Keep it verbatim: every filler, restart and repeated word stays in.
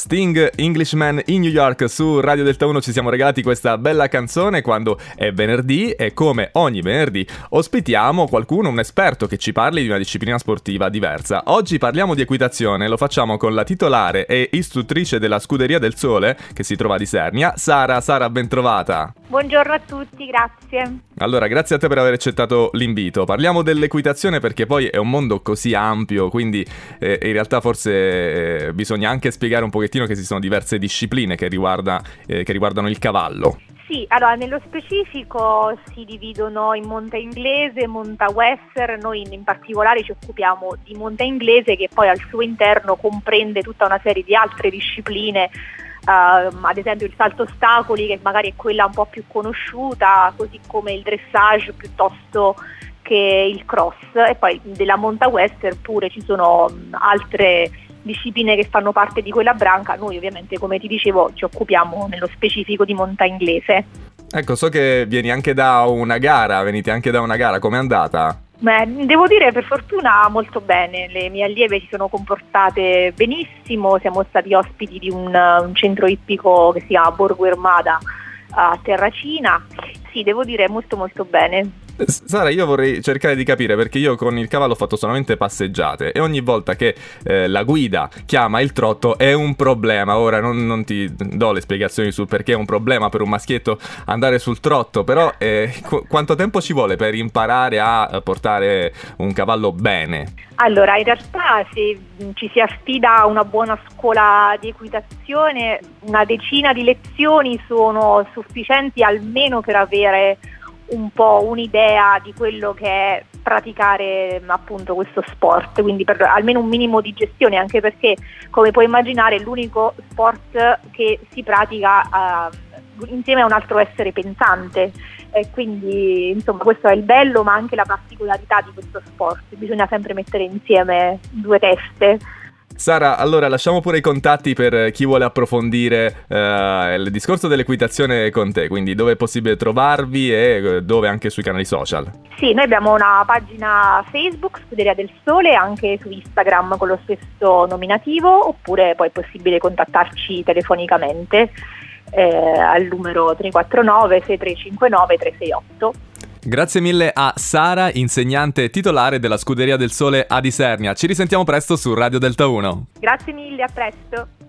Sting, Englishman in New York. Su Radio Delta uno ci siamo regalati questa bella canzone quando è venerdì e come ogni venerdì ospitiamo qualcuno, un esperto che ci parli di una disciplina sportiva diversa. Oggi parliamo di equitazione, lo facciamo con la titolare e istruttrice della Scuderia del Sole che si trova ad Isernia, Sara. Sara, ben trovata. Buongiorno a tutti, grazie. Allora, grazie a te per aver accettato l'invito. Parliamo dell'equitazione perché poi è un mondo così ampio, quindi eh, in realtà forse eh, bisogna anche spiegare un pochettino che ci sono diverse discipline che, riguarda, eh, che riguardano il cavallo. Sì, allora nello specifico si dividono in monta inglese e monta western. Noi in particolare ci occupiamo di monta inglese, che poi al suo interno comprende tutta una serie di altre discipline. Uh, ad esempio il salto ostacoli, che magari è quella un po' più conosciuta, così come il dressage piuttosto che il cross, e poi della monta western pure ci sono altre discipline che fanno parte di quella branca. Noi ovviamente, come ti dicevo, ci occupiamo nello specifico di monta inglese. Ecco, so che vieni anche da una gara, venite anche da una gara, com'è andata? Beh, devo dire per fortuna molto bene, le mie allieve si sono comportate benissimo, siamo stati ospiti di un, un centro ippico che si chiama Borgo Ermada a Terracina. Sì, devo dire molto molto bene. Sara, io vorrei cercare di capire, perché io con il cavallo ho fatto solamente passeggiate e ogni volta che eh, la guida chiama il trotto è un problema. Ora non, non ti do le spiegazioni sul perché è un problema per un maschietto andare sul trotto, però eh, qu- quanto tempo ci vuole per imparare a portare un cavallo bene? Allora, in realtà se ci si affida a una buona scuola di equitazione, una decina di lezioni sono sufficienti almeno per avere un po' un'idea di quello che è praticare appunto questo sport, quindi per almeno un minimo di gestione, anche perché, come puoi immaginare, è l'unico sport che si pratica uh, insieme a un altro essere pensante, e quindi insomma questo è il bello ma anche la particolarità di questo sport, bisogna sempre mettere insieme due teste. Sara, allora lasciamo pure i contatti per chi vuole approfondire eh, il discorso dell'equitazione con te, quindi dove è possibile trovarvi e dove anche sui canali social. Sì, noi abbiamo una pagina Facebook, Scuderia del Sole, anche su Instagram con lo stesso nominativo, oppure poi è possibile contattarci telefonicamente eh, al numero tre quattro nove sei tre cinque nove tre sei otto. Grazie mille a Sara, insegnante titolare della Scuderia del Sole ad Isernia. Ci risentiamo presto su Radio Delta uno. Grazie mille, a presto.